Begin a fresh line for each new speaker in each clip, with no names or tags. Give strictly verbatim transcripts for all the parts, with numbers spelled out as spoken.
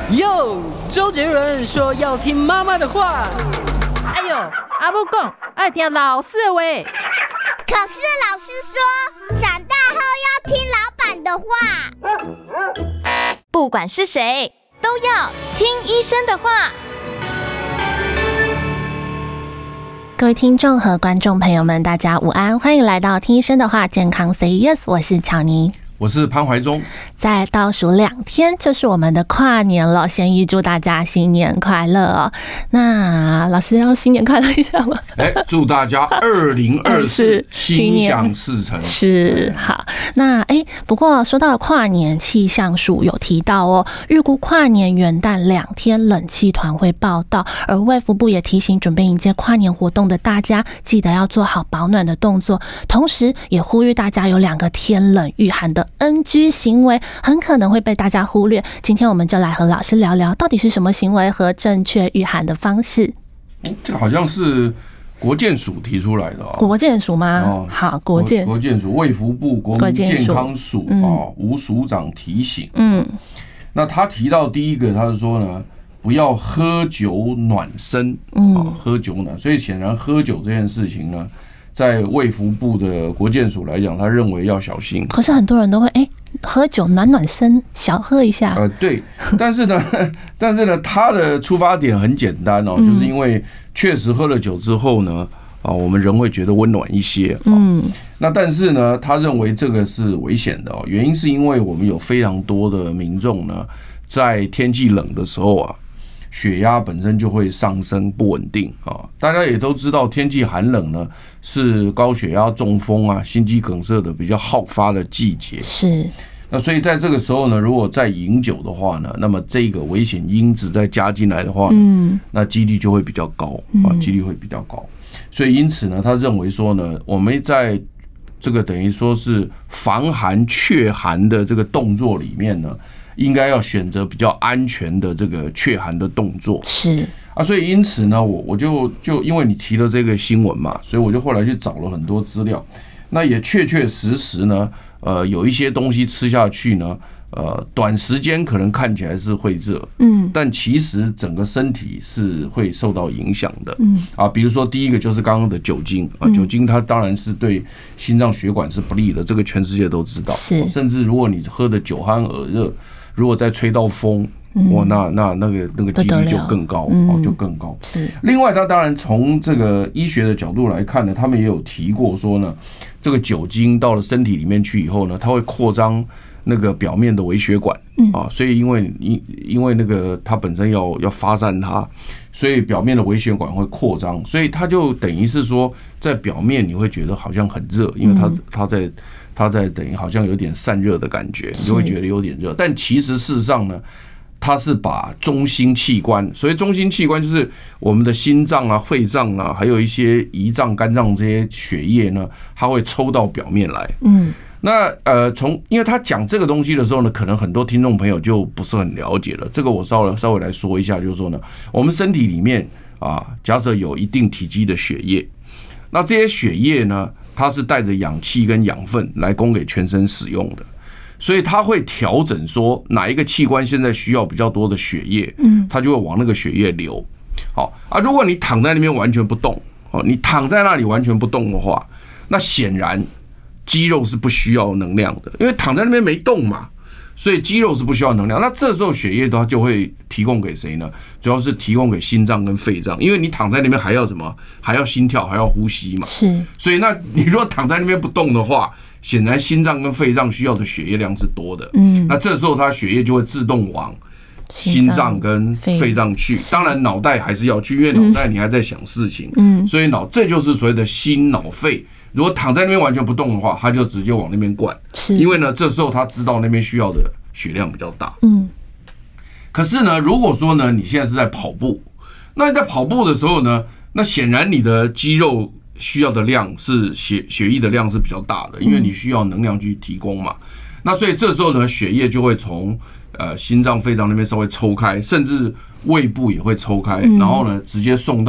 哟，周杰伦说要听妈妈的话。
哎呦，阿母讲爱听老师的话。
可是老师说，长大后要听老板的话。
不管是谁，都要听医生的话。
各位听众和观众朋友们，大家午安，欢迎来到听医生的话，健康 Say Yes， 我是乔妮。
我是潘怀忠。
在倒数两天就是我们的跨年了，先预祝大家新年快乐哦。那老师要新年快乐一下吗？
哎，祝大家二零二四心想事成。
是，好。那哎，不过说到跨年，气象署有提到哦，预估跨年元旦两天冷气团会报到，而卫福部也提醒准备迎接跨年活动的大家，记得要做好保暖的动作，同时也呼吁大家有两个天冷御寒的N G 行为很可能会被大家忽略，今天我们就来和老师聊聊，到底是什么行为和正确御寒的方式。
这个好像是国健署提出来的哦。
国健署吗？哦、好，国健
国健署、卫福部国民健康署啊、哦，吴署长提醒。嗯，那他提到第一个，他是说呢，不要喝酒暖身。嗯、哦，喝酒暖，所以显然喝酒这件事情呢，在卫福部的国健署来讲，他认为要小心。
可是很多人都会哎、欸，喝酒暖暖身，小喝一下。
呃，对，但是呢，但是呢，他的出发点很简单哦，嗯、就是因为确实喝了酒之后呢，啊，我们人会觉得温暖一些。嗯，那但是呢，他认为这个是危险的哦，原因是因为我们有非常多的民众呢，在天气冷的时候啊，血压本身就会上升不稳定啊，大家也都知道，天气寒冷呢是高血压、中风啊、心肌梗塞的比较好发的季节。
是，
那所以在这个时候呢，如果再饮酒的话呢，那么这个危险因子再加进来的话，嗯，那几率就会比较高啊，几率会比较高。所以因此呢，他认为说呢，我们在这个等于说是防寒祛寒的这个动作里面呢，应该要选择比较安全的这个祛寒的动作。
是
啊，所以因此呢，我我就就因为你提了这个新闻嘛，所以我就后来去找了很多资料。那也确确实实呢，呃，有一些东西吃下去呢，呃，短时间可能看起来是会热，嗯，但其实整个身体是会受到影响的，嗯啊，比如说第一个就是刚刚的酒精啊，酒精它当然是对心脏血管是不利的，这个全世界都知道，
是，
甚至如果你喝的酒酣耳热，如果再吹到风，哇，那那那个那个几率就更高，哦，就更高。
是。
另外，他当然从这个医学的角度来看呢，他们也有提过说呢，这个酒精到了身体里面去以后呢，它会扩张那个表面的微血管，啊，所以因为因因为那个它本身要要发散它，所以表面的微血管会扩张，所以它就等于是说，在表面你会觉得好像很热，因为它它在它在等于好像有点散热的感觉，你就会觉得有点热，但其实事实上呢，它是把中心器官，所以中心器官就是我们的心脏啊、肺脏啊，还有一些胰脏、肝脏这些血液呢，它会抽到表面来。嗯，那呃，从因为他讲这个东西的时候呢，可能很多听众朋友就不是很了解了。这个我稍微稍微来说一下，就是说呢，我们身体里面啊，假设有一定体积的血液，那这些血液呢，它是带着氧气跟养分来供给全身使用的。所以它会调整说哪一个器官现在需要比较多的血液，嗯，它就会往那个血液流。好啊，如果你躺在那边完全不动，哦，你躺在那里完全不动的话，那显然肌肉是不需要能量的，因为躺在那边没动嘛，所以肌肉是不需要能量。那这时候血液它就会提供给谁呢？主要是提供给心脏跟肺脏，因为你躺在那边还要什么？还要心跳，还要呼吸嘛。
是，
所以那你如果躺在那边不动的话，显然心脏跟肺脏需要的血液量是多的，嗯，那这时候它血液就会自动往心脏跟肺脏去，当然脑袋还是要去，因为脑袋你还在想事情，嗯，所以脑这就是所谓的心脑肺。如果躺在那边完全不动的话，它就直接往那边灌，是，因为呢，这时候他知道那边需要的血量比较大，嗯。可是呢，如果说呢，你现在是在跑步，那你在跑步的时候呢，那显然你的肌肉需要的量是血血液的量是比较大的，因为你需要能量去提供嘛。那所以这时候呢，血液就会从呃心脏、肺脏那边稍微抽开，甚至胃部也会抽开，然后呢直接送到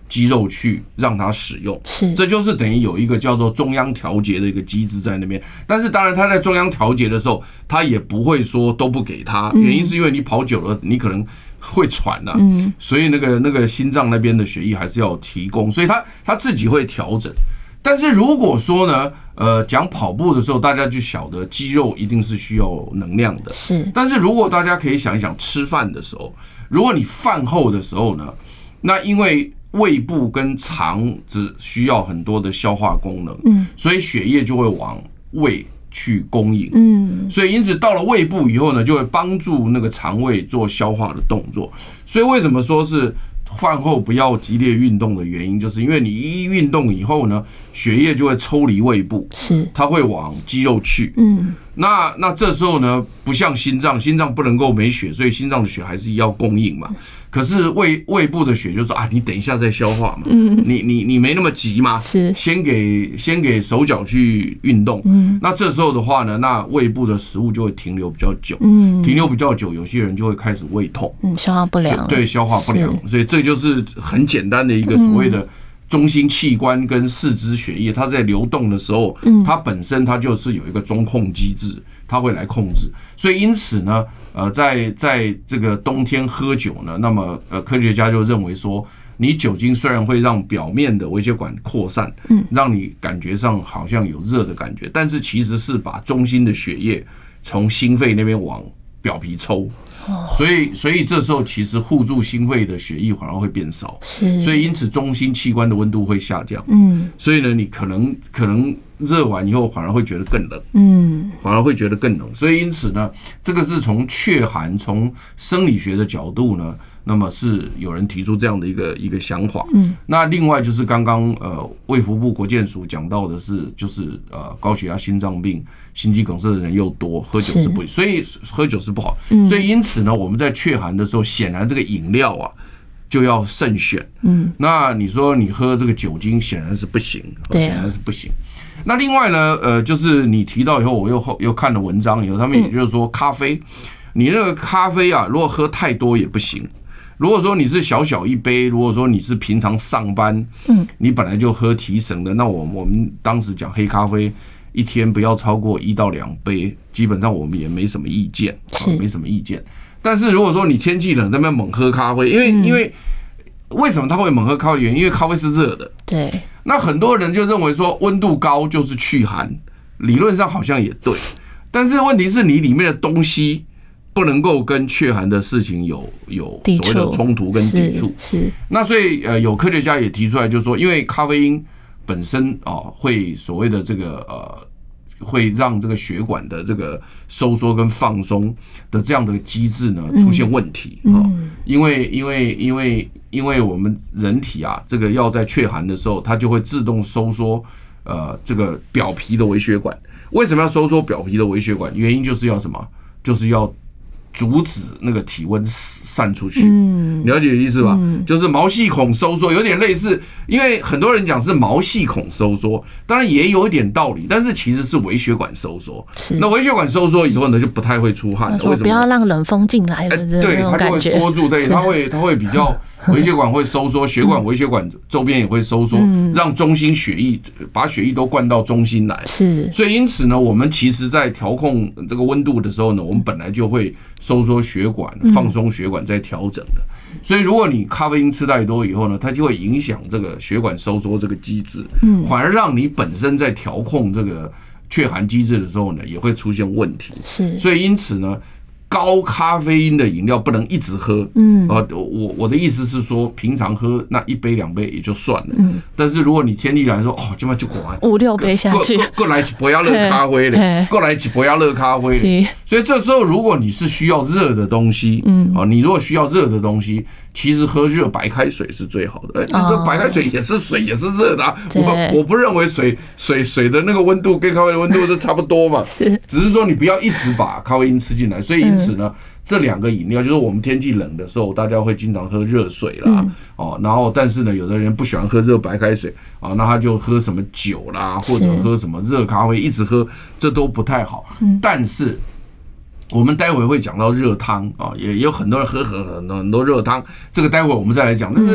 肌肉去让它使用，
是，
这就是等于有一个叫做中央调节的一个机制在那边。但是当然，它在中央调节的时候，它也不会说都不给它，原因是因为你跑久了，你可能会喘啊，嗯，所以那个那个心脏那边的血液还是要提供，所以它它自己会调整。但是如果说呢，呃，讲跑步的时候，大家就晓得肌肉一定是需要能量的，
是。
但是如果大家可以想一想，吃饭的时候，如果你饭后的时候呢，那因为胃部跟肠子需要很多的消化功能，嗯，所以血液就会往胃去供应，嗯，所以因此到了胃部以后呢，就会帮助那个肠胃做消化的动作。所以为什么说是饭后不要激烈运动的原因，就是因为你一运动以后呢，血液就会抽离胃部，
是，
它会往肌肉去，嗯，那那这时候呢，不像心脏，心脏不能够没血，所以心脏的血还是要供应嘛。可是胃胃部的血就说啊，你等一下再消化嘛，嗯，你你你没那么急嘛，
是，
先给先给手脚去运动，嗯，那这时候的话呢，那胃部的食物就会停留比较久，嗯，停留比较久，有些人就会开始胃痛，嗯，
消化不良，
对，消化不良，所以这就是很简单的一个所谓的中心器官跟四肢血液，它在流动的时候，它本身它就是有一个中控机制，它会来控制。所以因此呢，呃，在在这个冬天喝酒呢，那么呃，科学家就认为说，你酒精虽然会让表面的微血管扩散，嗯，让你感觉上好像有热的感觉，但是其实是把中心的血液从心肺那边往表皮抽。所以，所以这时候其实护住心肺的血液反而会变少，
是，
所以因此中心器官的温度会下降，嗯，所以呢，你可能可能热完以后反而会觉得更冷，嗯，反而会觉得更冷，所以因此呢，这个是从祛寒从生理学的角度呢，那么是有人提出这样的一个一个想法，嗯，那另外就是刚刚呃卫福部国健署讲到的是，就是呃高血压、心脏病、心肌梗塞的人又多，喝酒是不，所以喝酒是不好，所以因此呢，我们在祛寒的时候，显然这个饮料啊就要慎选，嗯，那你说你喝这个酒精显然是不行，
对，
显然是不行。那另外呢，呃，就是你提到以后，我又又看了文章以后，他们也就是说，咖啡，你那个咖啡啊，如果喝太多也不行。如果说你是小小一杯，如果说你是平常上班，嗯，你本来就喝提神的，那我我们当时讲黑咖啡一天不要超过一到两杯，基本上我们也没什么意见，
是
没什么意见。但是如果说你天气冷，在那边猛喝咖啡，因为、嗯、因为为什么他会猛喝咖啡？原因因为咖啡是热的，
对。
那很多人就认为说温度高就是去寒，理论上好像也对，但是问题是你里面的东西不能够跟祛寒的事情有有所谓的冲突跟抵触，
是。
那所以呃，有科学家也提出来，就是说，因为咖啡因本身啊、呃，会所谓的这个呃。会让这个血管的这个收缩跟放松的这样的机制呢出现问题啊、嗯，因为因为因为因为我们人体啊，这个要在祛寒的时候，它就会自动收缩呃这个表皮的微血管。为什么要收缩表皮的微血管？原因就是要什么？就是要阻止那个体温散出去，嗯，了解意思吧？嗯，就是毛细孔收缩，有点类似，因为很多人讲是毛细孔收缩，当然也有一点道理，但是其实是微血管收缩。是，那微血管收缩以后呢，就不太会出汗了。为什么？
不要让冷风进来了，
欸、对，它就会缩住，对，它会它会比较。微血管会收缩，血管、微血管周边也会收缩，让中心血液把血液都灌到中心来。
是，
所以因此呢，我们其实在调控这个温度的时候呢，我们本来就会收缩血管、放松血管，在调整的。所以如果你咖啡因吃太多以后呢，它就会影响这个血管收缩这个机制，反而让你本身在调控这个祛寒机制的时候呢，也会出现问题。
是，
所以因此呢。高咖啡因的饮料不能一直喝，嗯，呃，我我的意思是说，平常喝那一杯两杯也就算了，嗯，但是如果你天气来说，哦，今晚就过来
五六杯下去，
过来一杯热咖啡嘞，过来一杯热咖啡嘞，所以这时候如果你是需要热的东西，嗯，啊，你如果需要热的东西，其实喝热白开水是最好的，哎，这白开水也是水，也是热的啊，我我不认为水水水的那个温度跟咖啡的温度都差不多嘛，
是，
只是说你不要一直把咖啡因吃进来，所以。因此呢，这两个饮料就是我们天气冷的时候，大家会经常喝热水啦，哦，然后但是呢，有的人不喜欢喝热白开水啊，那他就喝什么酒啦，或者喝什么热咖啡，一直喝，这都不太好。但是我们待会会讲到热汤啊，也有很多人喝很很很多热汤，这个待会我们再来讲。但是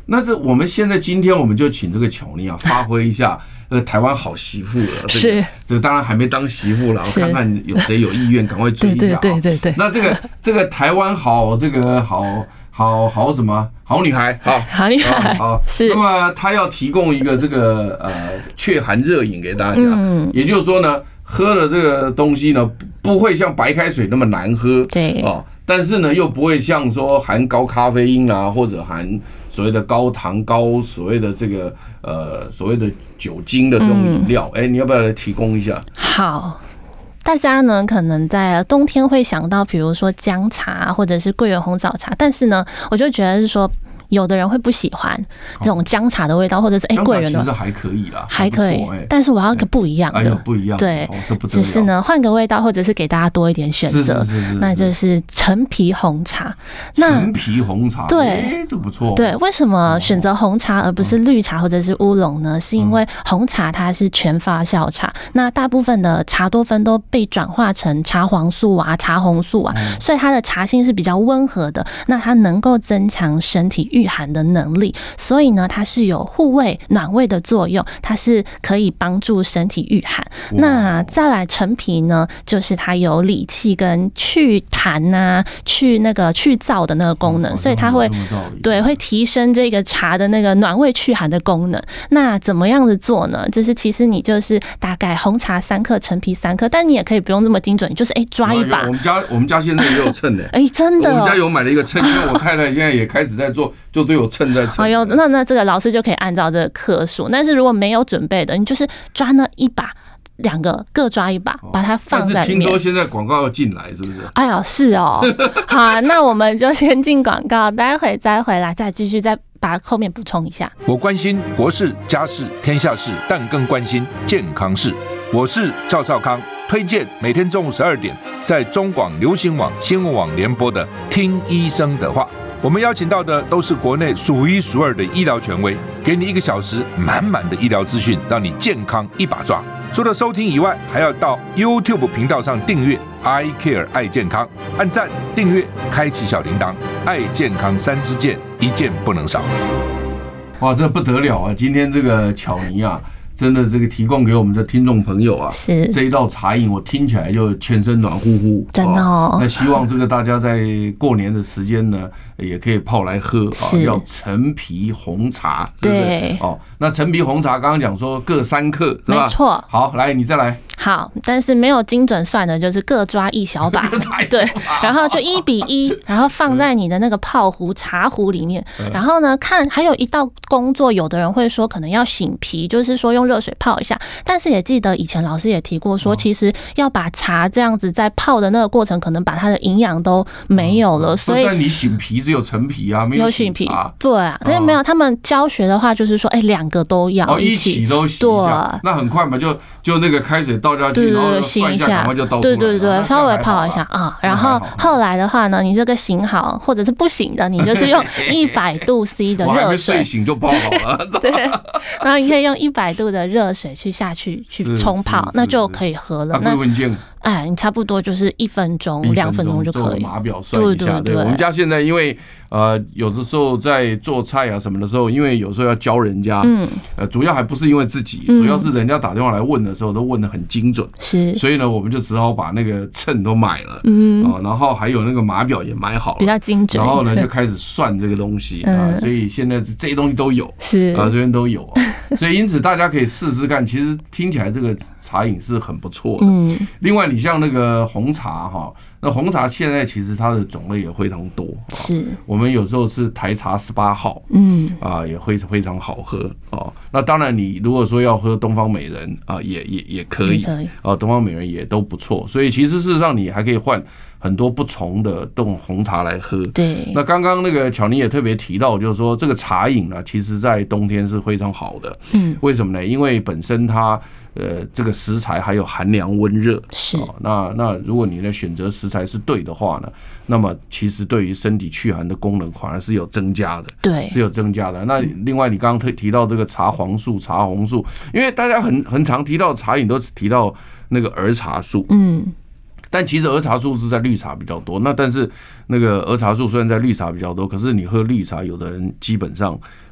那这我们现在今天我们就请这个巧妮啊，发挥一下呃台湾好媳妇了。这个、
是
这个当然还没当媳妇了，我看看有谁有意愿，赶快追一下。
对对对对对。
那这个这个台湾好这个好好好什么好女孩好
好女孩
好是。那么她要提供一个这个呃祛寒热饮给大家，嗯，也就是说呢，喝了这个东西呢，不会像白开水那么难喝，
对
哦，但是呢又不会像说含高咖啡因啊，或者含所谓的高糖高所谓的这个呃所谓的酒精的这种饮料，哎、嗯欸，你要不要来提供一下？
好。大家呢可能在冬天会想到，比如说姜茶或者是桂圆红枣茶，但是呢，我就觉得是说，有的人会不喜欢这种姜茶的味道，或者是哎桂圆的，
其实还可以啦，
还可以。但是我要个不一样的，
哎、不一样，
对，只是呢换个味道，或者是给大家多一点选择。那就是陈皮红茶。
陈皮红茶，
对，
这不错。
对，为什么选择红茶而不是绿茶或者是乌龙呢？是因为红茶它是全发酵茶，那大部分的茶多酚都被转化成茶黄素啊、茶红素啊，所以它的茶性是比较温和的。那它能够增强身体御寒的能力，所以呢，它是有护卫暖胃的作用，它是可以帮助身体御寒。那再来陈皮呢，就是它有理气跟去痰啊、去那个去燥的那个功能，所以它会对会提升这个茶的那个暖胃祛寒的功能。那怎么样子做呢？就是其实你就是大概红茶三克，陈皮三克，但你也可以不用这么精准，你就是哎、欸、抓一把。
我们家我们家现在也有秤的，
哎、欸、真的、哦，
我们家有买了一个秤，因为我太太现在也开始在做。就都有称在称。
哎呦，那那这个老师就可以按照这个克数。但是如果没有准备的，你就是抓那一把，两个各抓一把，把它放在里面。但是
听说现在广告要进来，是不是？
哎呀，是哦。好，那我们就先进广告，待会再回来，再继续再把后面补充一下。
我关心国事、家事、天下事，但更关心健康事。我是赵少康，推荐每天中午十二点在中广流行网、新闻网联播的《听医生的话》。我们邀请到的都是国内数一数二的医疗权威，给你一个小时满满的医疗资讯，让你健康一把抓。除了收听以外，还要到 YouTube 频道上订阅 I Care 爱健康，按赞、订阅、开启小铃铛，爱健康三支箭，一件不能少。
哇，这不得了啊！今天这个巧妮啊，真的这个提供给我们的听众朋友啊，
是
这一道茶饮，我听起来就全身暖乎乎，
真的哦。
那希望这个大家在过年的时间呢，也可以泡来喝啊，叫陈皮红茶，是不是？
对哦。
那陈皮红茶刚刚讲说各三克，是吧？
没错。
好，来你再来。
好，但是没有精准算的，就是各抓一小把，对，然后就一比一，然后放在你的那个泡壶、茶壶里面。然后呢，看还有一道工作，有的人会说可能要醒皮，就是说用热水泡一下。但是也记得以前老师也提过说，其实要把茶这样子在泡的那个过程，可能把它的营养都没有了。所以，
但你醒皮只有陈皮啊，没有醒
皮。对啊，所以没有他们教学的话，就是说，哎，两个都要
一起都洗一下，那很快嘛，就就那个开水倒下去，然后
醒一下，
对
对对对，稍微泡一下啊。然后后来的话呢，你这个醒好或者是不醒的，你就是用一百度 C 的热水，我还没
睡醒就泡好了。
对，然后你可以用一百度的热水去下去去冲泡，那就可以喝了。那哎，你差不多就是一分钟、两分钟就可以。
码表算一下，对，我们家现在因为呃有的时候在做菜啊什么的时候，因为有时候要教人家，嗯，呃，主要还不是因为自己，主要是人家打电话来问的时候都问得很精准，
是，
所以呢，我们就只好把那个秤都买了，嗯，啊，然后还有那个码表也买好了，
比较精准，
然后呢就开始算这个东西啊，所以现在这些东西都有，
是
啊，这边都有，所以因此大家可以试试看，其实听起来这个茶饮是很不错的，嗯，另外你像那个红茶哈，那红茶现在其实它的种类也非常多，
是，
我们有时候是台茶十八号，
嗯，
啊，也会非常好喝哦。那当然，你如果说要喝东方美人啊，也也也可以，啊，东方美人也都不错。所以其实事实上你还可以换很多不同的这种红茶来喝。
对。
那刚刚那个巧妮也特别提到，就是说这个茶饮呢，其实在冬天是非常好的。
嗯。
为什么呢？因为本身它呃这个食材还有寒凉温热。
是。
哦、那那如果你的选择食材是对的话呢，那么其实对于身体驱寒的功能反而是有增加的。
对。
是有增加的。那另外你刚刚提到这个茶黄素、茶红素，因为大家很很常提到茶饮都是提到那个儿茶素。
嗯。
但其实儿茶素是在绿茶比较多，那但是那个儿茶素虽然在绿茶比较多，可是你喝绿茶，有的人基本上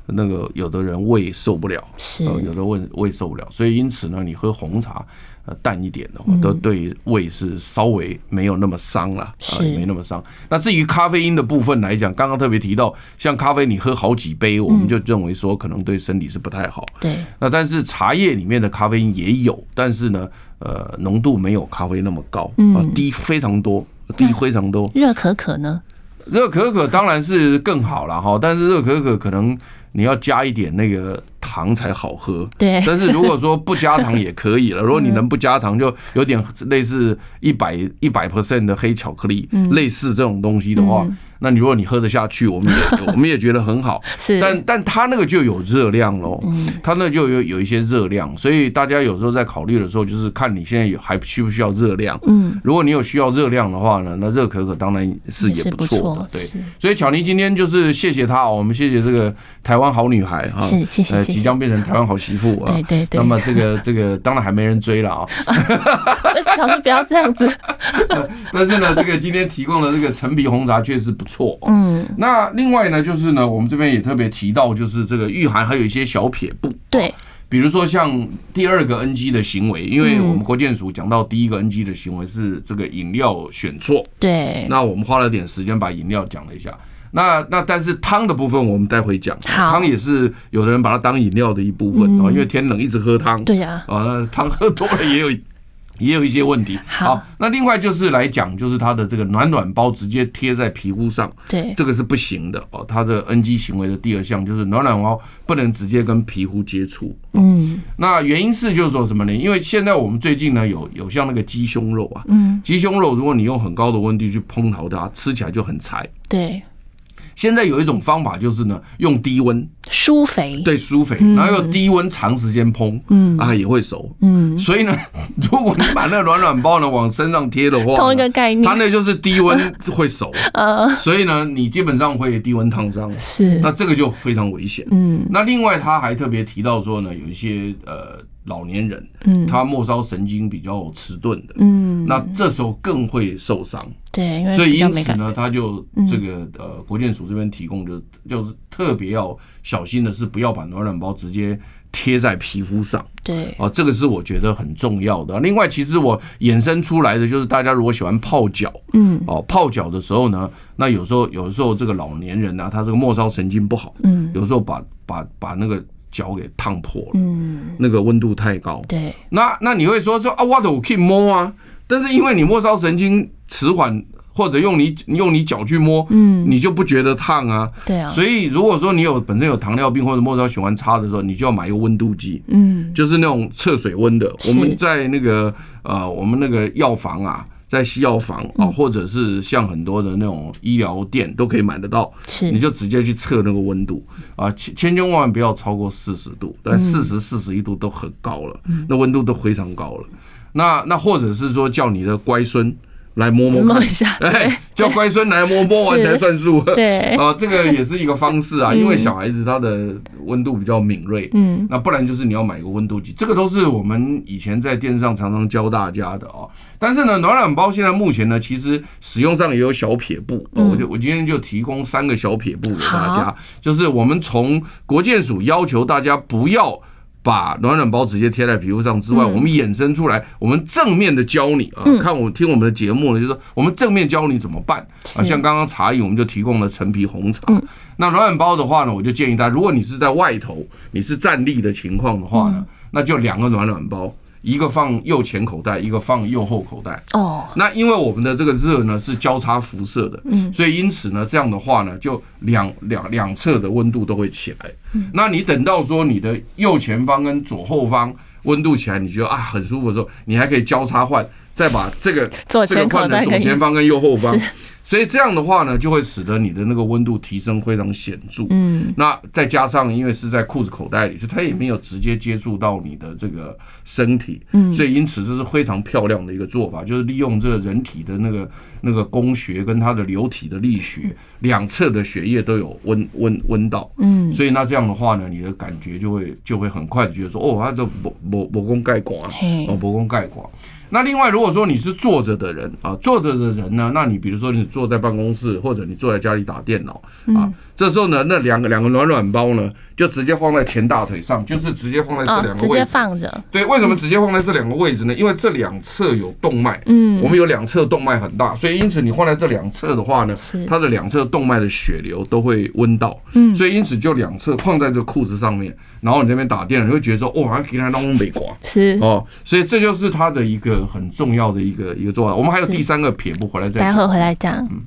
那个有的人胃受不了，
是、
呃、有的胃胃受不了，所以因此呢，你喝红茶。呃，淡一点的话，都对胃是稍微没有那么伤啦，啊、呃，没那么伤。那至于咖啡因的部分来讲，刚刚特别提到，像咖啡你喝好几杯，我们就认为说可能对身体是不太好。
对。
那但是茶叶里面的咖啡因也有，但是呢，呃，浓度没有咖啡那么高，啊、呃，低非常多，低非常多。
热可可呢？
热可可当然是更好了哈，但是热可可可能你要加一点那个糖才好喝。
对，
但是如果说不加糖也可以了，如果你能不加糖，就有点类似一百一百 percent 的黑巧克力，类似这种东西的话，那你如果你喝得下去，我们也我们也觉得很好。
是，
但但它那个就有热量喽，它那就有有一些热量，所以大家有时候在考虑的时候，就是看你现在有还需不需要热量。嗯，如果你有需要热量的话呢，那热可可当然是也不错的。对，所以巧妮今天就是谢谢她，我们谢谢这个台湾好女孩啊，
是谢谢谢谢，
即将变成台湾好媳妇啊。
对对对。
那么这个这个当然还没人追了啊。
老师不要这样子。
但是呢，这个今天提供的这个陈皮红茶确实不错。
嗯。
那另外呢，就是呢，我们这边也特别提到，就是这个御寒还有一些小撇步。
对。
比如说像第二个 N G 的行为，因为我们国健署讲到第一个 N G 的行为是这个饮料选错。对。那我们花了点时间把饮料讲了一下。那那但是汤的部分我们待会讲，汤也是有的人把它当饮料的一部分啊、嗯，因为天冷一直喝汤，
对呀、
啊，啊那汤喝多了也有也有一些问题。好，那另外就是来讲，就是它的这个暖暖包直接贴在皮肤上，对，这个是不行的哦。它的 N G 行为的第二项就是暖暖包不能直接跟皮肤接触。嗯，那原因是就是说什么呢？因为现在我们最近呢有有像那个鸡胸肉啊，嗯，鸡胸肉如果你用很高的温度去烹调它，吃起来就很柴。对。现在有一种方法就是呢，用低温
疏肥，
对，疏肥，然后用低温长时间烹，嗯啊也会熟，嗯，所以呢，如果你把那个暖暖包呢往身上贴的话，
同一个概念，
它那就是低温会熟，呃，所以呢，你基本上会低温烫伤，是，那这个就非常危险，嗯，那另外他还特别提到说呢，有一些呃。老年人，嗯，他末梢神经比较迟钝的，嗯，那这时候更会受伤，对，因为所以因此呢，他就这个呃，国健署这边提供就就是特别要小心的是，不要把暖暖包直接贴在皮肤上，对，啊，这个是我觉得很重要的。另外，其实我衍生出来的就是，大家如果喜欢泡脚，嗯，哦，泡脚的时候呢，那有时候有时候这个老年人啊，他这个末梢神经不好，嗯，有时候把把把那个。脚给烫破了，嗯，那个温度太高，对，那那你会说说啊，我都可以摸啊，但是因为你末梢神经迟缓，或者用你用你脚去摸，嗯，你就不觉得烫啊，对啊，所以如果说你有本身有糖尿病或者末梢循环差的时候，你就要买一个温度计，嗯，就是那种测水温的，我们在那个呃我们那个药房啊。在西药房啊，或者是像很多的那种医疗店都可以买得到，是你就直接去测那个温度啊，千千千万万不要超过四十度，但四十、四十一度都很高了，那温度都非常高了。那那或者是说叫你的乖孙来摸摸看，摸一下，哎，叫乖孙来摸摸完才算数。对啊，这个也是一个方式啊，因为小孩子他的温度比较敏锐，嗯，那不然就是你要买个温度计，这个都是我们以前在电视上常常教大家的啊。但是呢，暖暖包现在目前呢，其实使用上也有小撇步，我就我今天就提供三个小撇步给大家，就是我们从国健署要求大家不要。把暖暖包直接贴在皮肤上之外，嗯、我们衍生出来，我们正面的教你啊，嗯、看我听我们的节目呢，就是说我们正面教你怎么办啊。像刚刚茶饮，我们就提供了陈皮红茶。嗯、那暖暖包的话呢，我就建议大家，如果你是在外头，你是站立的情况的话呢，嗯、那就两个暖暖包。一个放右前口袋，一个放右后口袋。哦，那因为我们的这个热呢是交叉辐射的，嗯，所以因此呢，这样的话呢，就两两两侧的温度都会起来。嗯，那你等到说你的右前方跟左后方温度起来，你觉得啊很舒服的时候，你还可以交叉换，再把这个这个换成左前方跟右后方。所以这样的话呢，就会使得你的那个温度提升非常显著。嗯，那再加上因为是在裤子口袋里，所以它也没有直接接触到你的这个身体。嗯，所以因此这是非常漂亮的一个做法，就是利用这个人体的那个那个供血跟它的流体的力学，两侧的血液都有温温温到。嗯，所以那这样的话呢，你的感觉就会就会很快的觉得说，哦，它就没没没讲盖刮，哦，没讲盖刮。 那另外，如果说你是坐着的人啊，坐着的人呢，那你比如说你坐在办公室，或者你坐在家里打电脑啊，这时候呢，那两个两个暖暖包呢，就直接放在前大腿上，就是直接放在这两个位置，
哦、直接放着。
对，为什么直接放在这两个位置呢？因为这两侧有动脉，嗯，我们有两侧动脉很大，所以因此你放在这两侧的话呢，它的两侧动脉的血流都会温到，嗯，所以因此就两侧放在这裤子上面，然后你这边打电脑，你会觉得说，哇，给他弄美刮，
是
哦，所以这就是它的一个很重要的一个一个做法。我们还有第三个撇步，回来再讲，
待会回来讲。嗯，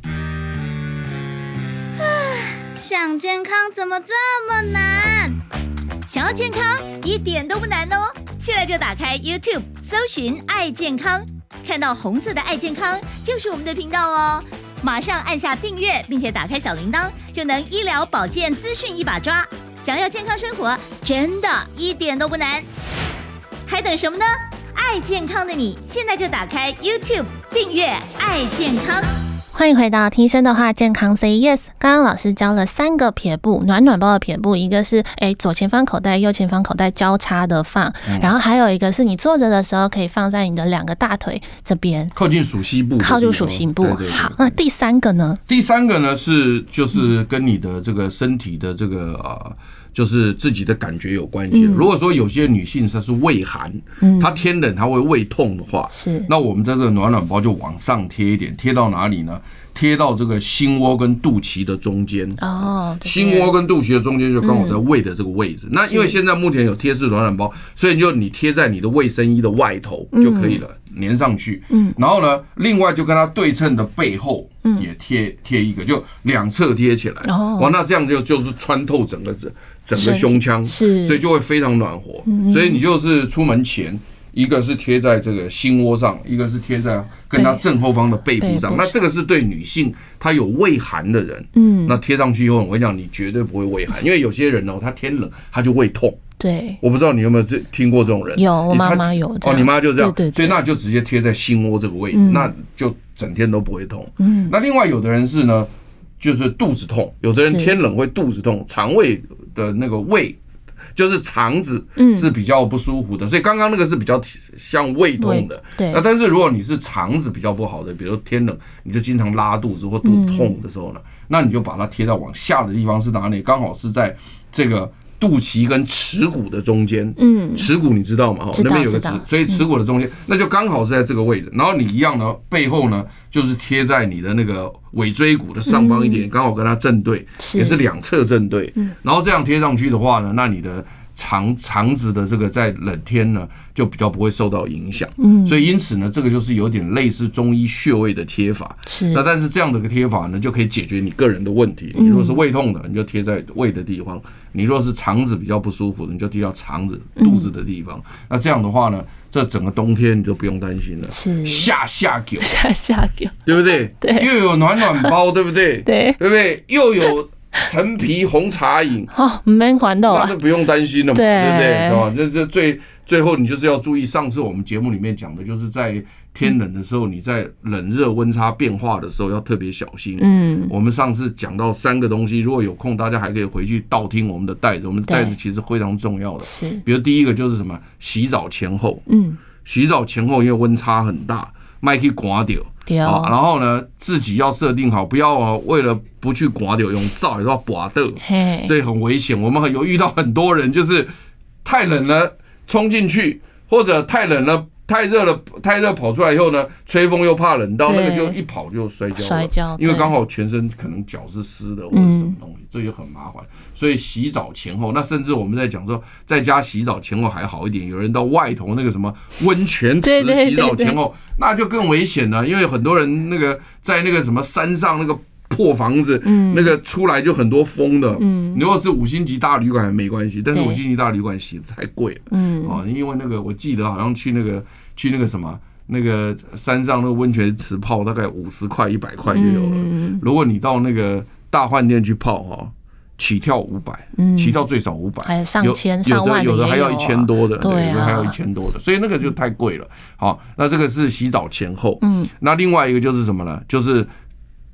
想健康怎么这么难？想要健康一点都不难哦！现在就打开 YouTube 搜寻“爱健康”，看到红色的“爱健康”就是我们的频道哦。马上按下订阅，并且打开小铃铛，就能医疗保健资讯一把抓。想要健康生活，真的一点都不难，还等什么呢？爱健康的你，现在就打开 YouTube 订阅“爱健康”。
欢迎回到听医生的话，健康 Say Yes。刚刚老师教了三个撇步，暖暖包的撇步，一个是哎左前方口袋、右前方口袋交叉的放，嗯、然后还有一个是你坐着的时候可以放在你的两个大腿这边，
靠近属膝部，
靠近属膝部。对对对，好，那第三个呢？
第三个呢是就是跟你的这个身体的这个呃。就是自己的感觉有关系。如果说有些女性她是畏寒，嗯、她天冷她会胃痛的话，是那我们在这个暖暖包就往上贴一点，贴到哪里呢？贴到这个心窝跟肚脐的中间。哦，心窝跟肚脐的中间就刚好在胃的这个位置。嗯、那因为现在目前有贴式暖暖包，所以就你贴在你的卫生衣的外头就可以了，嗯、粘上去。嗯，然后呢，另外就跟它对称的背后也贴贴一个，就两侧贴起来。哦，哇，那这样就就是穿透整个整整个胸腔，是，所以就会非常暖和。嗯、所以你就是出门前。一个是贴在这个心窝上，一个是贴在跟它正后方的背部上。那这个是对女性她有畏寒的人，嗯，那贴上去以后，我跟你讲，你绝对不会畏寒，因为有些人哦，她天冷她就胃痛。对，我不知道你有没有听过这种人？
有，我妈妈有。
哦，你妈就这样，对对对，所以那就直接贴在心窝这个位置，嗯、那就整天都不会痛。嗯，那另外有的人是呢，就是肚子痛，有的人天冷会肚子痛，肠胃的那个胃。就是肠子是比较不舒服的，嗯、所以刚刚那个是比较像胃痛的。对，那但是如果你是肠子比较不好的，比如天冷你就经常拉肚子或肚子痛的时候呢，嗯、那你就把它贴到往下的地方是哪里？刚好是在这个肚脐跟耻骨的中间。嗯，耻骨你知道吗？哦，那边有个耻，所以耻骨的中间，嗯、那就刚好是在这个位置。然后你一样呢，背后呢就是贴在你的那个尾椎骨的上方一点，刚、嗯、好跟它正对，也是两侧正对。嗯、然后这样贴上去的话呢，那你的肠肠子的这个在冷天呢就比较不会受到影响。嗯，所以因此呢，这个就是有点类似中医穴位的贴法。是，那但是这样的一个贴法呢，就可以解决你个人的问题。你如果是胃痛的，你就贴在胃的地方；你如果是肠子比较不舒服的，你就贴到肠子、肚子的地方。嗯、那这样的话呢，这整个冬天你就不用担心了。是，下下酒，
下下酒，
对不对？对，又有暖暖包，对不对？对，对不对？又有陈皮红茶饮，
哦，没还到，
那就不用担心了嘛，对不对？哦，这这最最后你就是要注意，上次我们节目里面讲的，就是在天冷的时候，你在冷热温差变化的时候要特别小心。嗯，我们上次讲到三个东西，如果有空，大家还可以回去倒听我们的袋子，我们的袋子其实非常重要的。是，比如第一个就是什么，洗澡前后，嗯，洗澡前后因为温差很大，别去刮掉。啊，然后呢，自己要设定好，不要、啊、为了不去刮掉，用灶也要刮掉，这很危险。我们有遇到很多人，就是太冷了冲进去，或者太冷了、太热了、太热跑出来以后呢，吹风又怕冷到，那个就一跑就摔跤了，摔跤，因为刚好全身可能脚是湿的或者什么东西，嗯、这就很麻烦。所以洗澡前后，那甚至我们在讲说，在家洗澡前后还好一点，有人到外头那个什么温泉池洗澡前后，那就更危险了，因为很多人那个在那个什么山上那个破房子，嗯、那个出来就很多风的。嗯，如果是五星级大旅馆还没关系，但是五星级大旅馆洗的太贵了。嗯，啊，因为那个我记得好像去那个去那个什么。那个山上那个温泉池泡大概五十块一百块就有了。嗯、如果你到那个大饭店去泡哈，起跳五百，起跳最少五百，
还有上千上万的
有的有的还要一千多的，对，有的还要一千多的，所以那个就太贵了。好，那这个是洗澡前后。嗯，那另外一个就是什么呢？就是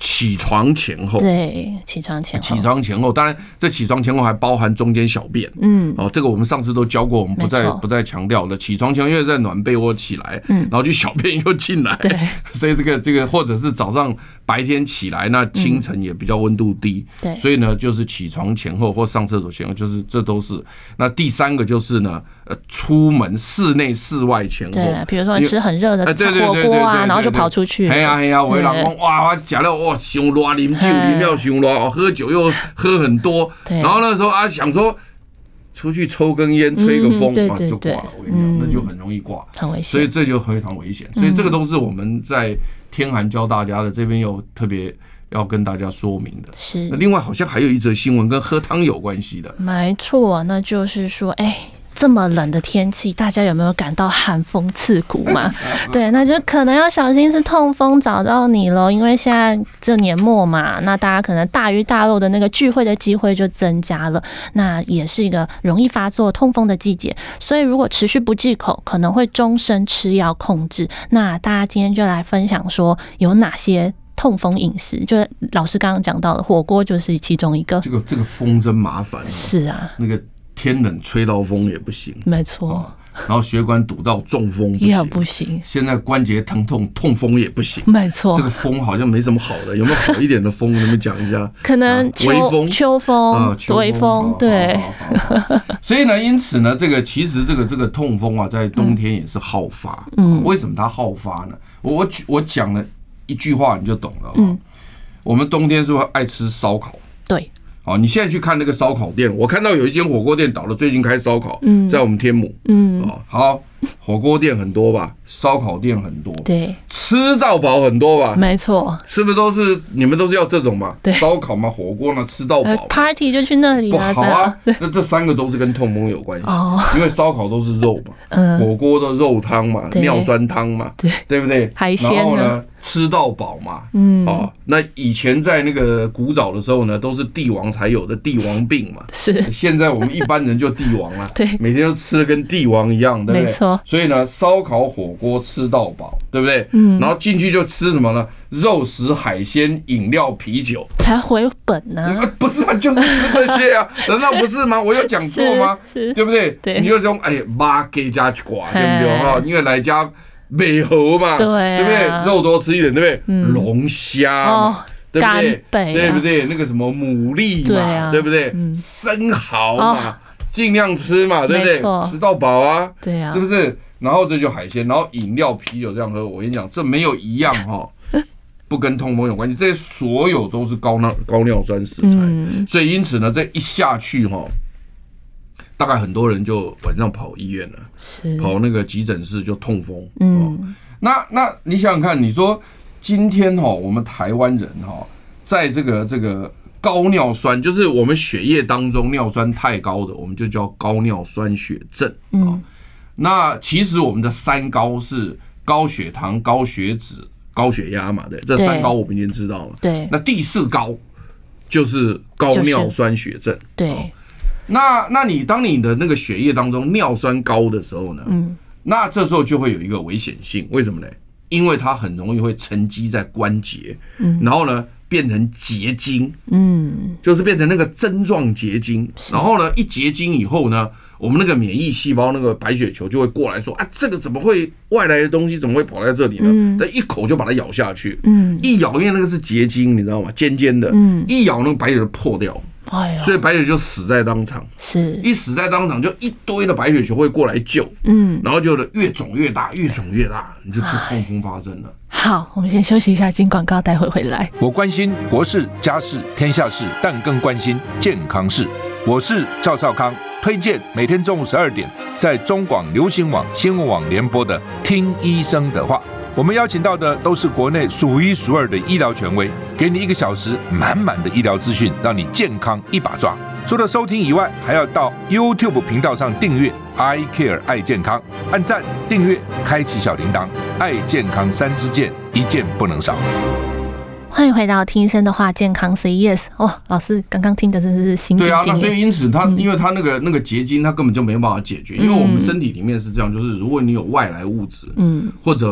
起床前后，
对，起床前后，
起床前后，当然这起床前后还包含中间小便，嗯，哦，这个我们上次都教过，我们不再不再强调了。起床前后因为在暖被窝起来，嗯，然后就小便又进来，对，所以这个这个或者是早上白天起来，那清晨也比较温度低，对，所以呢就是起床前后或上厕所前后，就是这都是。那第三个就是呢，呃，出门室内室外前后，对，
比如说你吃很热的火锅啊，然后就跑出去，
哎呀哎呀，我老公哇，我吃了哇。想热啉酒，啉了想热，喝酒又喝很多，然后那时候啊想说出去抽根烟、吹个风，啊就挂了。我跟你讲，那就很容易挂，很危险。所以这就非常危险。所以这个都是我们在天寒教大家的，这边有特别要跟大家说明的。是。另外好像还有一则新闻跟喝汤有关系的。
没错，那就是说，哎。这么冷的天气，大家有没有感到寒风刺骨嘛？对，那就可能要小心是痛风找到你咯，因为现在这年末嘛，那大家可能大鱼大肉的那个聚会的机会就增加了，那也是一个容易发作痛风的季节，所以如果持续不忌口，可能会终身吃药控制。那大家今天就来分享说有哪些痛风饮食，就是老师刚刚讲到的火锅就是其中一个。
这个这个风真麻烦、啊，
是啊，那个。
天冷吹到风也不行，
没错、
啊。然后血管堵到中风不行
也不行。现
在关节疼痛痛风也不行，
没错。
这个风好像没什么好的，有没有好一点的风？你们讲一下。
可能微风、秋风、微风，对。
所以呢，因此呢，这个其实这个这个痛风啊，在冬天也是好发。嗯。为什么它好发呢？我我我讲了一句话你就懂了。嗯。我们冬天是不是爱吃烧烤？
对。
好，你现在去看那个烧烤店，我看到有一间火锅店倒了，最近开烧烤，嗯，在我们天母，嗯，哦，好，火锅店很多吧，烧烤店很多，对，吃到饱很多吧，
没错，
是不是都是你们都是要这种嘛？对，烧烤嘛，火锅嘛，吃到饱
，party 就去那里啊，
不好啊，那这三个都是跟痛风有关系，哦，因为烧烤都是肉嘛，嗯，火锅的肉汤嘛，尿酸汤嘛，对，对不对？
海鲜
然后呢？吃到饱嘛，嗯，哦，那以前在那个古早的时候呢，都是帝王才有的帝王病嘛，是。现在我们一般人就帝王了，对，每天都吃的跟帝王一样，对不对？没错。所以呢，烧烤火锅吃到饱，对不对？嗯。然后进去就吃什么呢？肉食、海鲜、饮料、啤酒，
才回本呢、啊。
不是啊，就是吃这些啊，难道不是吗？我有讲错吗？是，是对不对？对。你就说，哎，妈给加去挂，对不对？哈，因为来家。美猴嘛，对、啊，对不对？肉多吃一点，对不对？嗯、龙虾嘛，哦、对不对？啊、对不对？那个什么牡蛎嘛，对, 啊、对不对？嗯、生蚝嘛，尽、哦、量吃嘛，对不对？吃到饱啊，对啊，是不是？然后这就海鲜，然后饮料、啤酒这样喝。我跟你讲，这没有一样哈，不跟痛风有关系。这些所有都是高尿高尿酸食材，嗯、所以因此呢，这一下去哈。大概很多人就晚上跑医院了，跑那个急诊室就痛风。嗯，哦、那那你想想看，你说今天哈，我们台湾人哈，在这个这个高尿酸，就是我们血液当中尿酸太高的，我们就叫高尿酸血症。嗯、哦，那其实我们的三高是高血糖、高血脂、高血压嘛，对，这三高我们已经知道了。对，那第四高就是高尿酸血症。对。哦那那你当你的那个血液当中尿酸高的时候呢，嗯，那这时候就会有一个危险性，为什么呢？因为它很容易会沉积在关节，嗯，然后呢变成结晶，嗯，就是变成那个针状结晶，然后呢一结晶以后呢，我们那个免疫细胞那个白血球就会过来说啊，这个怎么会外来的东西怎么会跑在这里呢？嗯，但一口就把它咬下去，嗯，一咬因为那个是结晶，你知道吗？尖尖的，嗯，一咬那个白血球破掉。哎、所以白血球就死在当场，是一死在当场就一堆的白血球会过来救，嗯，然后就越肿越大，越肿越大，你就就痛风发生了。
好，我们先休息一下，进广告，待会回来。
我关心国事、家事、天下事，但更关心健康事。我是赵少康，推荐每天中午十二点在中广流行网、新闻网联播的《听医生的话》。我们邀请到的都是国内数一数二的医疗权威，给你一个小时满满的医疗资讯，让你健康一把抓。除了收听以外，还要到 YouTube 频道上订阅 I Care 爱健康，按赞、订阅、开启小铃铛，爱健康三支箭，一件不能少。
欢迎回到听医生的话，健康 Say Yes。哦，老师刚刚听的真是心惊惊。对
啊，那所以因此它，因为它那个那个结晶，它根本就没办法解决，因为我们身体里面是这样，就是如果你有外来物质，嗯，或者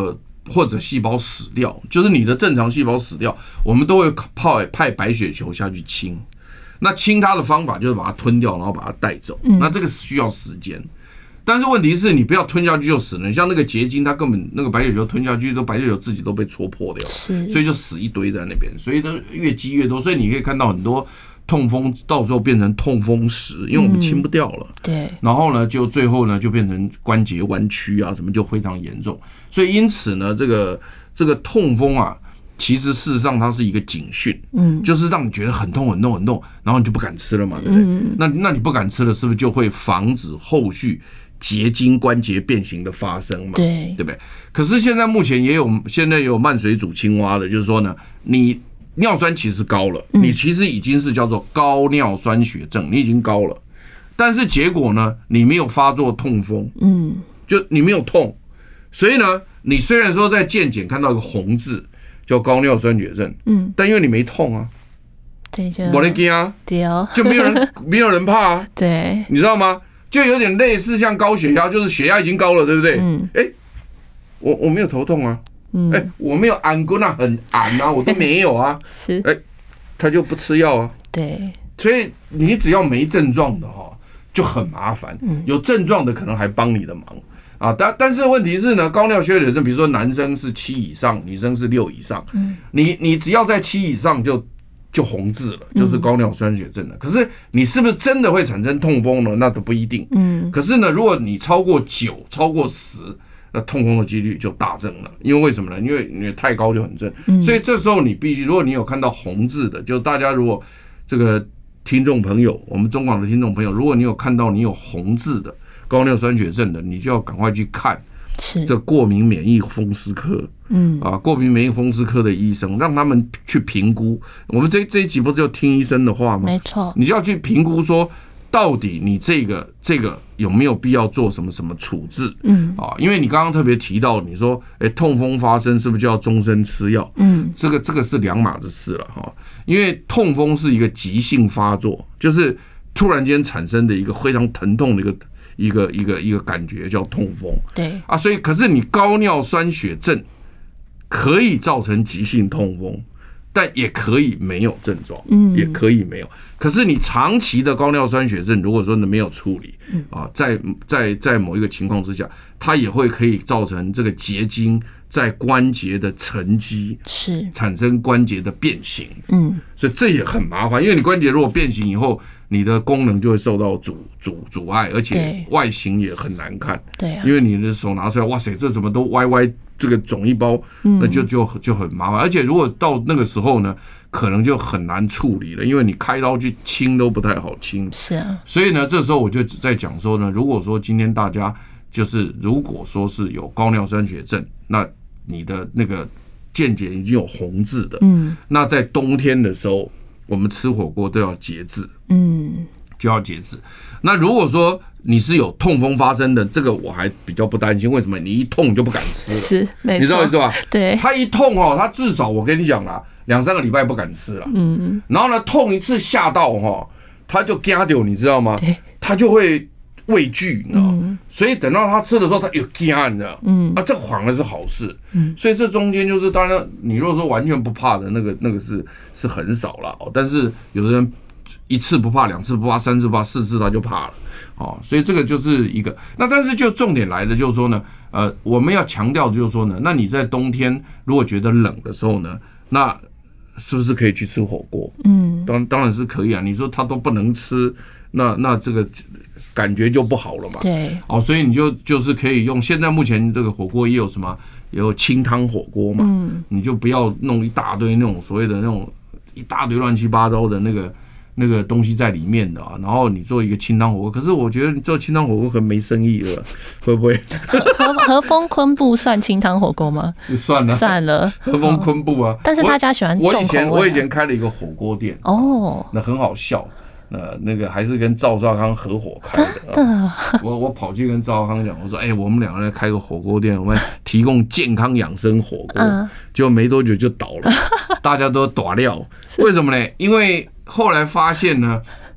或者细胞死掉，就是你的正常细胞死掉，我们都会派派白血球下去清。那清它的方法就是把它吞掉，然后把它带走。那这个需要时间，但是问题是你不要吞下去就死了。像那个结晶，它根本那个白血球吞下去，都白血球自己都被戳破掉，所以就死一堆在那边，所以都越积越多。所以你可以看到很多痛风到时候变成痛风石，因为我们清不掉了。
嗯、对，
然后呢，就最后呢就变成关节弯曲啊，什么就非常严重。所以因此呢，这个这个痛风啊。其实事实上它是一个警讯，嗯，就是让你觉得很痛很痛很痛，然后你就不敢吃了嘛，对不对？嗯、那那你不敢吃了，是不是就会防止后续结晶关节变形的发生嘛？
对，
对不对？可是现在目前也有现在也有慢水煮青蛙的，就是说呢，你尿酸其实高了，你其实已经是叫做高尿酸血症，你已经高了，但是结果呢，你没有发作痛风，嗯，就你没有痛，所以呢，你虽然说在健检看到一个红字。叫高尿酸血症，嗯，但因为你没痛啊，
对，就
没人惊啊，
对哦，
就没有人没有人怕啊，
对，
你知道吗？就有点类似像高血压，就是血压已经高了，对不对？嗯，哎、欸，我我没有头痛啊，嗯，哎、欸，我没有安过那很安啊，我都没有啊，
是，
哎、欸，他就不吃药啊，
对，
所以你只要没症状的哈，就很麻烦，嗯，有症状的可能还帮你的忙。啊，但但是问题是呢，高尿酸血症，比如说男生是七以上，女生是六以上，嗯，你你只要在七以上就就红字了，就是高尿酸血症了。可是你是不是真的会产生痛风呢？那都不一定，嗯。可是呢，如果你超过九、超过十，那痛风的几率就大增了。因为为什么呢？因为你太高就很正，所以这时候你必须，如果你有看到红字的，就大家如果这个听众朋友，我们中广的听众朋友，如果你有看到你有红字的。高尿酸血症的，你就要赶快去看这过敏免疫风湿科，嗯啊，过敏免疫风湿科的医生，让他们去评估。我们这这一集不是就听医生的话吗？
没错，
你就要去评估说，到底你这个这个有没有必要做什么什么处置？嗯啊，因为你刚刚特别提到，你说，哎、欸，痛风发生是不是就要终身吃药？嗯，这个这个是两码子事了哈。因为痛风是一个急性发作，就是突然间产生的一个非常疼痛的一个。一个一个一个感觉叫痛风，
对
啊，所以可是你高尿酸血症可以造成急性痛风，但也可以没有症状，嗯，也可以没有。可是你长期的高尿酸血症，如果说没有处理，啊，在在在某一个情况之下，它也会可以造成这个结晶在关节的沉积，是产生关节的变形，嗯，所以这也很麻烦，因为你关节如果变形以后。你的功能就会受到阻阻阻碍，而且外形也很难看。对啊，因为你的手拿出来，哇塞，这怎么都歪歪，这个肿一包，那就就就很麻烦。而且如果到那个时候呢，可能就很难处理了，因为你开刀去清都不太好清。
是啊，
所以呢，这时候我就在讲说呢，如果说今天大家就是如果说是有高尿酸血症，那你的那个健检已经有红字的，嗯，那在冬天的时候。我们吃火锅都要节制，嗯，就要节制。那如果说你是有痛风发生的，这个我还比较不担心。为什么？你一痛就不敢吃了，
是，没错，
你知道意思吧？
对，
他一痛哦，他至少我跟你讲啦，两三个礼拜不敢吃了，嗯，然后呢，痛一次吓到哈，他就惊掉，你知道吗？对，他就会畏惧，你知道吗？嗯、所以等到他吃的时候，他有惊，你知道吗？嗯，啊，这反而是好事。嗯，所以这中间就是，当然，你如果说完全不怕的那个，那个是是很少了哦。但是有的人一次不怕，两次不怕，三次不怕，四次他就怕了哦。所以这个就是一个。那但是就重点来的就是说呢，呃，我们要强调的就是说呢，那你在冬天如果觉得冷的时候呢，那是不是可以去吃火锅？嗯，当当然是可以啊。你说他都不能吃，那那这个。感觉就不好了嘛，对，哦，所以你就就是可以用。现在目前这个火锅也有什么，也有清汤火锅嘛，嗯，你就不要弄一大堆那种所谓的那种一大堆乱七八糟的那个那个东西在里面的啊。然后你做一个清汤火锅，可是我觉得你做清汤火锅可能没生意了，会不会？
和和风昆布算清汤火锅吗？
算了，
算了，
和风昆布啊。
但是大家喜欢重口味啊。我以前
我以前开了一个火锅店哦，那很好笑。呃，那个还是跟赵少康合伙开的。啊、我我跑去跟赵少康讲，我说：“哎、欸，我们两个人开个火锅店，我们提供健康养生火锅。嗯”结果没多久就倒了，大家都打料。为什么呢？因为后来发现呢，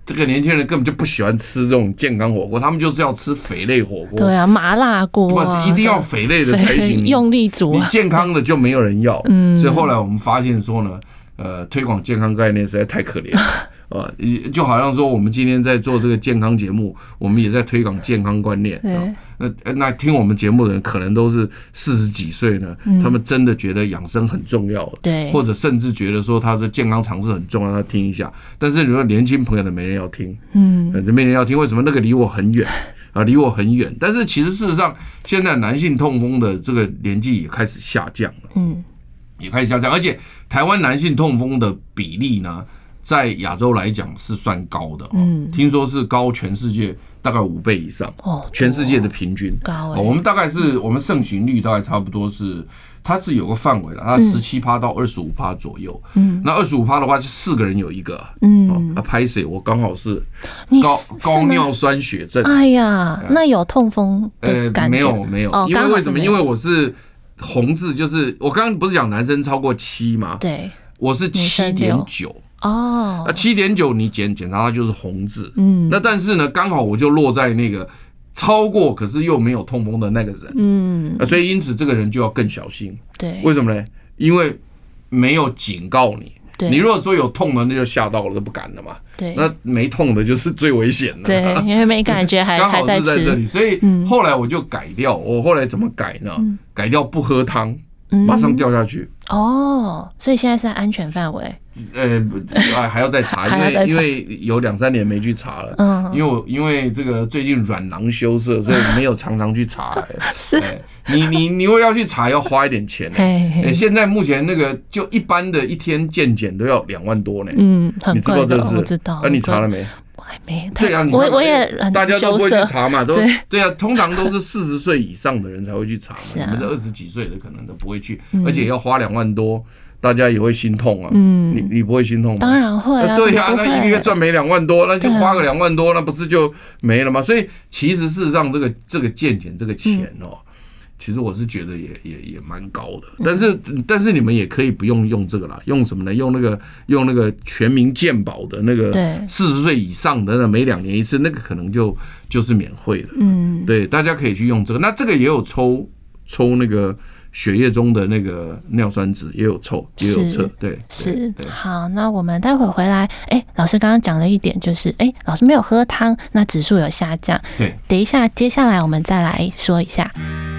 这个年轻人根本就不喜欢吃这种健康火锅，他们就是要吃肥类火锅。
对啊，麻辣锅啊，
一定要肥类的才行，
用力煮、啊。
你健康的就没有人要。嗯，所以后来我们发现说呢，呃，推广健康概念实在太可怜了。呃，就好像说我们今天在做这个健康节目，我们也在推广健康观念。啊、那那听我们节目的人可能都是四十几岁呢、嗯，他们真的觉得养生很重要，
对，
或者甚至觉得说他的健康常识很重要，他听一下。但是如果年轻朋友的没人要听，嗯，没人要听，为什么？那个离我很远啊，离我很远。但是其实事实上，现在男性痛风的这个年纪也开始下降了，嗯，也开始下降，而且台湾男性痛风的比例呢，在亚洲来讲是算高的，嗯，听说是高全世界大概五倍以上，哦，全世界的平均
高、
欸哦。我们大概是我们盛行率大概差不多是，它是有个范围的，它十七趴到二十五趴左右，嗯，那二十五趴的话是四个人有一个，嗯，哦，那拍谁？我刚好是高高尿酸血症，
哎呀，那有痛风的感觉？
呃、没有没有、哦，因为为什么？因为我是红字，就是我刚刚不是讲男生超过七吗？
对，
我是七点九。哦，那七点九你检检查它就是红字，嗯，那但是呢，刚好我就落在那个超过可是又没有痛风的那个人，嗯，所以因此这个人就要更小心，
对，
为什么呢？因为没有警告你，你如果说有痛的那就吓到了，就不敢了嘛，
对，
那没痛的就是最危险的，
对，因为没感觉还
刚好
还
是在这里，所以后来我就改掉，我后来怎么改呢？嗯、改掉不喝汤，马上掉下去，
哦，所以现在是在安全范围。
呃，还要再查，因为因为有两三年没去查了，嗯，因为我因为这个最近软囊羞涩，所以没有常常去查。是，你你你如果要去查，要花一点钱。哎，现在目前那个就一般的一天健检都要两万多呢。嗯，
很贵的，我知道。
那你查了没？
我还没。
对啊，
我我也
大家都不会去查嘛，都对啊，通常都是四十岁以上的人才会去查嘛，你们这二十几岁的可能都不会去，而且要花两万多。大家也会心痛啊，嗯，你你不会心痛吗？
当然会啊，
对呀、啊，那一个月赚没两万多，那就花个两万多，那不是就没了吗？所以其实事实上，这个这个健检这个钱哦、喔，其实我是觉得也也也蛮高的。但是但是你们也可以不用用这个啦，用什么呢？用那个用那个全民健保的那个四十岁以上的那每两年一次，那个可能就就是免费的。嗯，对，大家可以去用这个。那这个也有抽抽那个。血液中的那个尿酸值也有抽，也有测，对，
是。好，那我们待会回来。哎、欸，老师刚刚讲了一点，就是哎、欸，老师没有喝汤，那指数有下降。
对，
等一下，接下来我们再来说一下。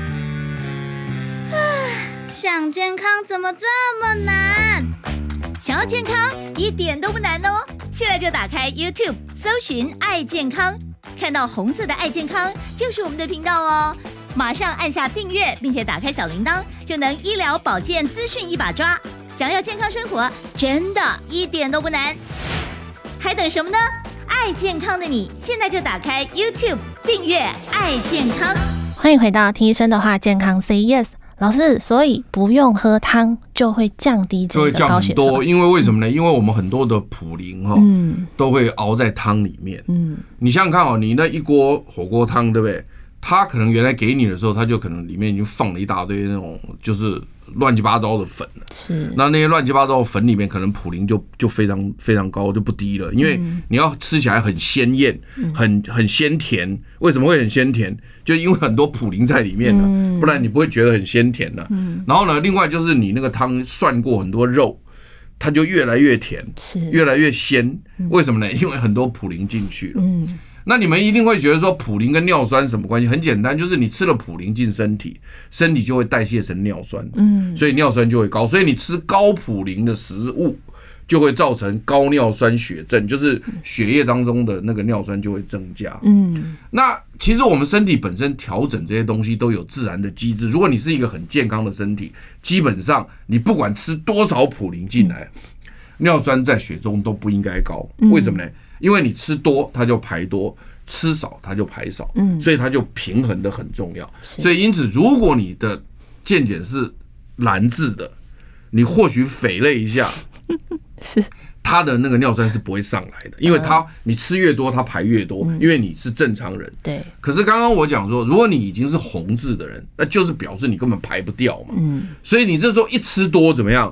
想健康怎么这么难？想要健康一点都不难哦！现在就打开 YouTube 搜寻“爱健康”，看到红色的“爱健康”就是我们的频道哦。马上按下订阅，并且打开小铃铛，就能医疗保健资讯一把抓。想要健康生活，真的一点都不难，还等什么呢？爱健康的你，现在就打开 YouTube 订阅“爱健康”。
欢迎回到听医生的话，健康 Say Yes。老师，所以不用喝汤就会降低这个高血
糖，因为为什么呢？因为我们很多的普林哈，嗯，都会熬在汤里面。嗯，你想想看哦，你那一锅火锅汤，对不对？他可能原来给你的时候，他就可能里面已经放了一大堆那种就是乱七八糟的粉了。
是，
那那些乱七八糟的粉里面，可能普林就就非常非常高，就不低了。因为你要吃起来很鲜艳，很很鲜甜。为什么会很鲜甜？就因为很多普林在里面了，不然你不会觉得很鲜甜了。然后呢，另外就是你那个汤涮过很多肉，它就越来越甜，越来越鲜。为什么呢？因为很多普林进去了。嗯。那你们一定会觉得说普林跟尿酸什么关系？很简单，就是你吃了普林进身体，身体就会代谢成尿酸，嗯，所以尿酸就会高。所以你吃高普林的食物，就会造成高尿酸血症，就是血液当中的那个尿酸就会增加。嗯，那其实我们身体本身调整这些东西都有自然的机制。如果你是一个很健康的身体，基本上你不管吃多少普林进来，尿酸在血中都不应该高。为什么呢？因为你吃多它就排多，吃少它就排少，嗯，所以它就平衡的很重要。所以因此，如果你的健检是蓝字的，你或许匪类一下，
是
它的那个尿酸是不会上来的，因为它你吃越多，它排越多，因为你是正常人。
对。
可是刚刚我讲说，如果你已经是红字的人，那就是表示你根本排不掉嘛。嗯。所以你这时候一吃多怎么样？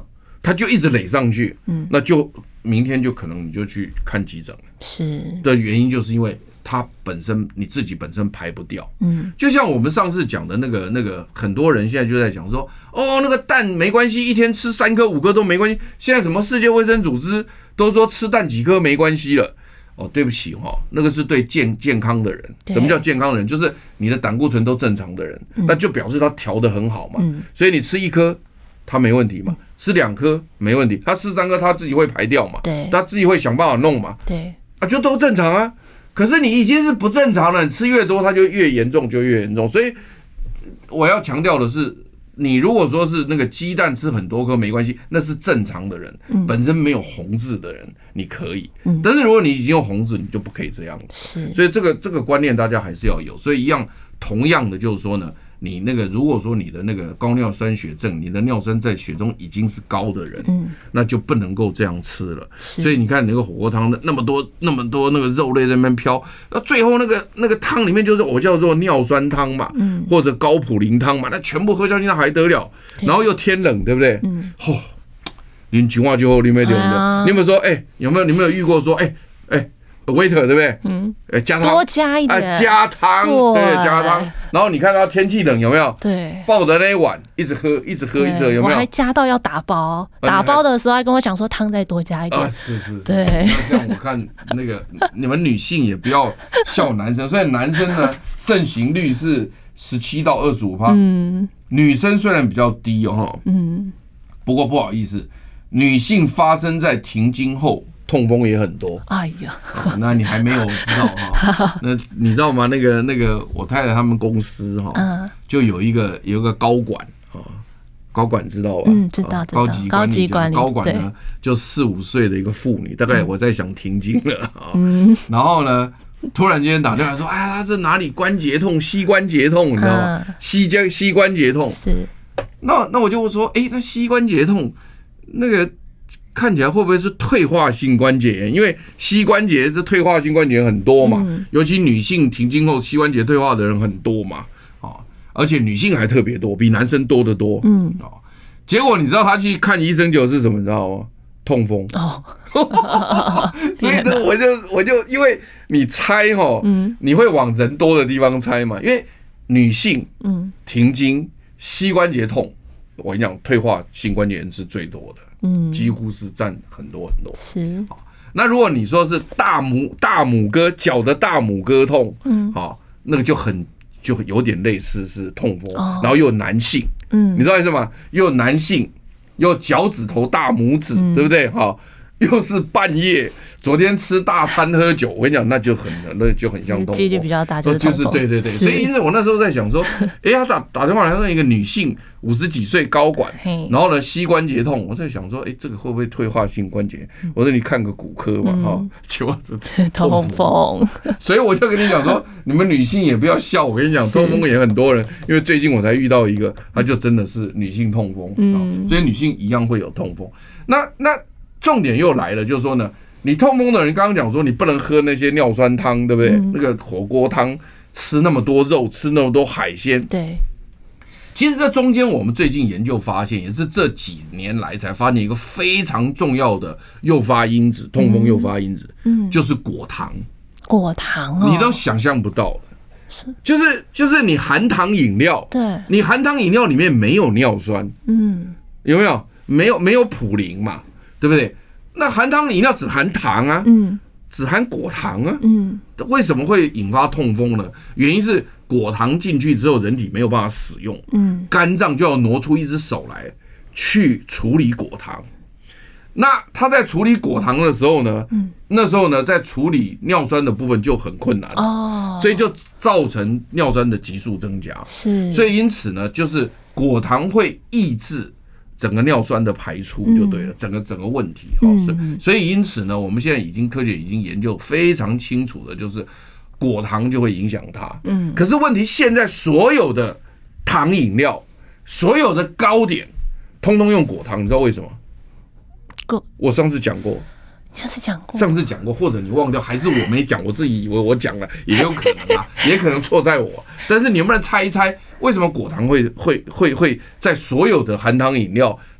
它就一直累上去，嗯，那就明天就可能你就去看急诊了。
是
的原因就是因为它本身你自己本身排不掉，嗯，就像我们上次讲的那个那个，很多人现在就在讲说，哦，那个蛋没关系，一天吃三颗五颗都没关系。现在什么世界卫生组织都说吃蛋几颗没关系了。哦，对不起哈、哦，那个是对健健康的人。什么叫健康的人？就是你的胆固醇都正常的人，嗯、那就表示他调得很好嘛。嗯、所以你吃一颗，他没问题嘛；吃两颗没问题，他吃三颗他自己会排掉嘛。
对，
他自己会想办法弄嘛。
对，
啊，就都正常啊。可是你已经是不正常了，你吃越多，它就越严重，就越严重。所以我要强调的是。你如果说是那个鸡蛋吃很多颗没关系，那是正常的人，嗯、本身没有红字的人，你可以。嗯、但是如果你已经有红字，你就不可以这样。是，所以这个这个观念大家还是要有。所以一样，同样的就是说呢，你那个如果说你的那个高尿酸血症，你的尿酸在血中已经是高的人，嗯、那就不能够这样吃了。所以你看那个火锅汤那么多那么多那个肉类在那边飘，那最后那个那个汤里面就是我叫做尿酸汤嘛，嗯、或者高普林汤嘛，那全部喝下去那还得了？然后又天冷，对不对？嗯，吼、哦，您情况就后你没有的，你有没有说，哎、欸，有没有你有没有遇过说，哎、欸、哎。欸waiter 对不对？嗯，呃，加汤
多加一点，
哎，加汤，对，加汤。然后你看到天气冷有没有？
对，
抱着那一碗一直喝，一直喝，一直喝，有没有？
我还加到要打包，打包的时候还跟我讲说汤再多加一点。
啊，是是是。
对，
那这样我看那个你们女性也不要笑男生，所以男生呢盛行率是十七到二十五趴，嗯，女生虽然比较低哦，嗯，不过不好意思，女性发生在停经后。痛风也很多，
哎呀、
哦，那你还没有知道哈？那你知道吗？那个那个，我太太他们公司哈，嗯、就有一个有一个高管啊，高管知道吧？
嗯，知道，知道。高级管理，
高管呢，就四五岁的一个妇女，大概我在想停经了啊。嗯、然后呢，突然间打电话说，哎，她这哪里关节痛，膝关节痛，你知道吗？嗯、膝关膝关节痛
是。
那那我就说，哎，那膝关节痛那个。看起来会不会是退化性关节炎？因为膝关节这退化性关节炎很多嘛，嗯、尤其女性停经后膝关节退化的人很多嘛，啊，而且女性还特别多，比男生多得多，嗯，啊，结果你知道他去看医生就是什么，你知道吗？痛风哦，所以呢，我就我就因为你猜哈，嗯，你会往人多的地方猜嘛，因为女性嗯停经膝关节痛，我跟你讲，退化性关节炎是最多的。嗯，几乎是占很多很多。
是，
那如果你说是大拇大拇哥脚的大拇哥痛，嗯，好，那个就很就有点类似是痛风，哦、然后又有男性，嗯，你知道意思吗？又有男性，又脚趾头大拇指，嗯、对不对？好，又是半夜，昨天吃大餐喝酒，我跟你讲，那就很那就很像痛风，
几率比较大，就是
就是对对对。所以因为我那时候在想说，哎呀，打打电话来让一个女性。五十几岁高管，然后呢膝关节痛，我在想说，哎，这个会不会退化性关节？我说你看个骨科嘛，哈、嗯，结果是
痛风。所
以我就跟你讲说，你们女性也不要笑，我跟你讲，痛风也很多人，因为最近我才遇到一个，她就真的是女性痛风，嗯，所以女性一样会有痛风。那那重点又来了，就是说呢，你痛风的人刚刚讲说你不能喝那些尿酸汤，对不对？嗯、那个火锅汤吃那么多肉，吃那么多海鲜，
对。
其实这中间我们最近研究发现，也是这几年来才发现一个非常重要的诱发因子，痛风诱发因子，嗯，就是果糖。
果糖哦，
你都想象不到的，就是就是你含糖饮料，
对，
你含糖饮料里面没有尿酸，嗯，有没有？没有没有普林嘛，对不对？那含糖饮料只含糖啊，嗯，只含果糖啊，嗯，为什么会引发痛风呢？原因是。果糖进去之后，人体没有办法使用，嗯，肝脏就要挪出一只手来去处理果糖。那他在处理果糖的时候呢，嗯，那时候呢，在处理尿酸的部分就很困难哦，所以就造成尿酸的急速增加。是，所以因此呢，就是果糖会抑制整个尿酸的排出，就对了，嗯、整个整个问题哦。嗯、所以因此呢，我们现在已经科学已经研究非常清楚的，就是。果糖就会影响它，嗯，可是问题现在所有的糖饮料，所有的糕点，通通用果糖，你知道为什么？我上次讲过，
上次讲过，
上次讲过，或者你忘掉，还是我没讲，我自己以为我讲了，也有可能啊，也可能错在我。但是你能不能猜一猜，为什么果糖会会会会在所有的含糖饮料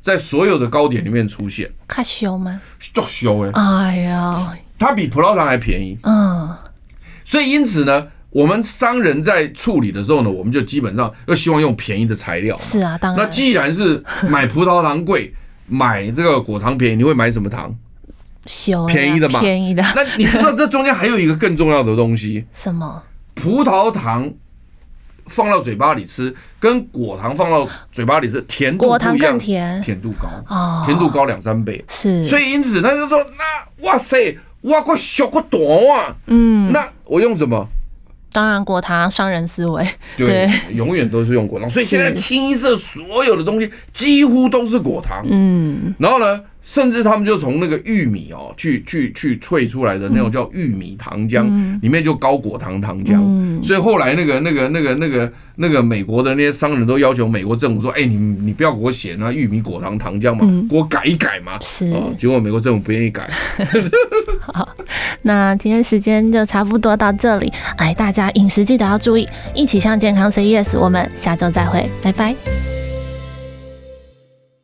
在所有的糕点里面出现。
卡修吗？
足修哎！
哎呀，
它比葡萄糖还便宜。
嗯，
所以因此呢，我们商人在处理的时候呢，我们就基本上要希望用便宜的材料。
是啊，当然。
那既然是买葡萄糖贵，买这个果糖便宜，你会买什么糖？
修
便宜的嘛，
便宜的。
那你知道这中间还有一个更重要的东西？
什么？
葡萄糖放到嘴巴里吃，跟果糖放到嘴巴里吃，甜度不一样，
果糖更甜，
甜度高，
哦，
甜度高两三倍。
是，
所以因此他就说，那哇塞，哇个小个短啊，
嗯，
那我用什么？
当然，果糖商人思维，
对，对永远都是用果糖。所以现在清一色所有的东西几乎都是果糖。嗯，然后呢，甚至他们就从那个玉米哦，去去去萃出来的那种叫玉米糖浆，嗯、里面就高果糖糖浆。嗯、所以后来那个那个那个那个那个美国的那些商人都要求美国政府说：“哎、欸，你你不要给我写那玉米果糖糖浆嘛，嗯、给我改一改嘛。”
是、
哦，结果美国政府不愿意改。
好，那今天时间就差不多到这里。哎，大家饮食记得要注意，一起向健康 say yes。我们下周再会，拜拜。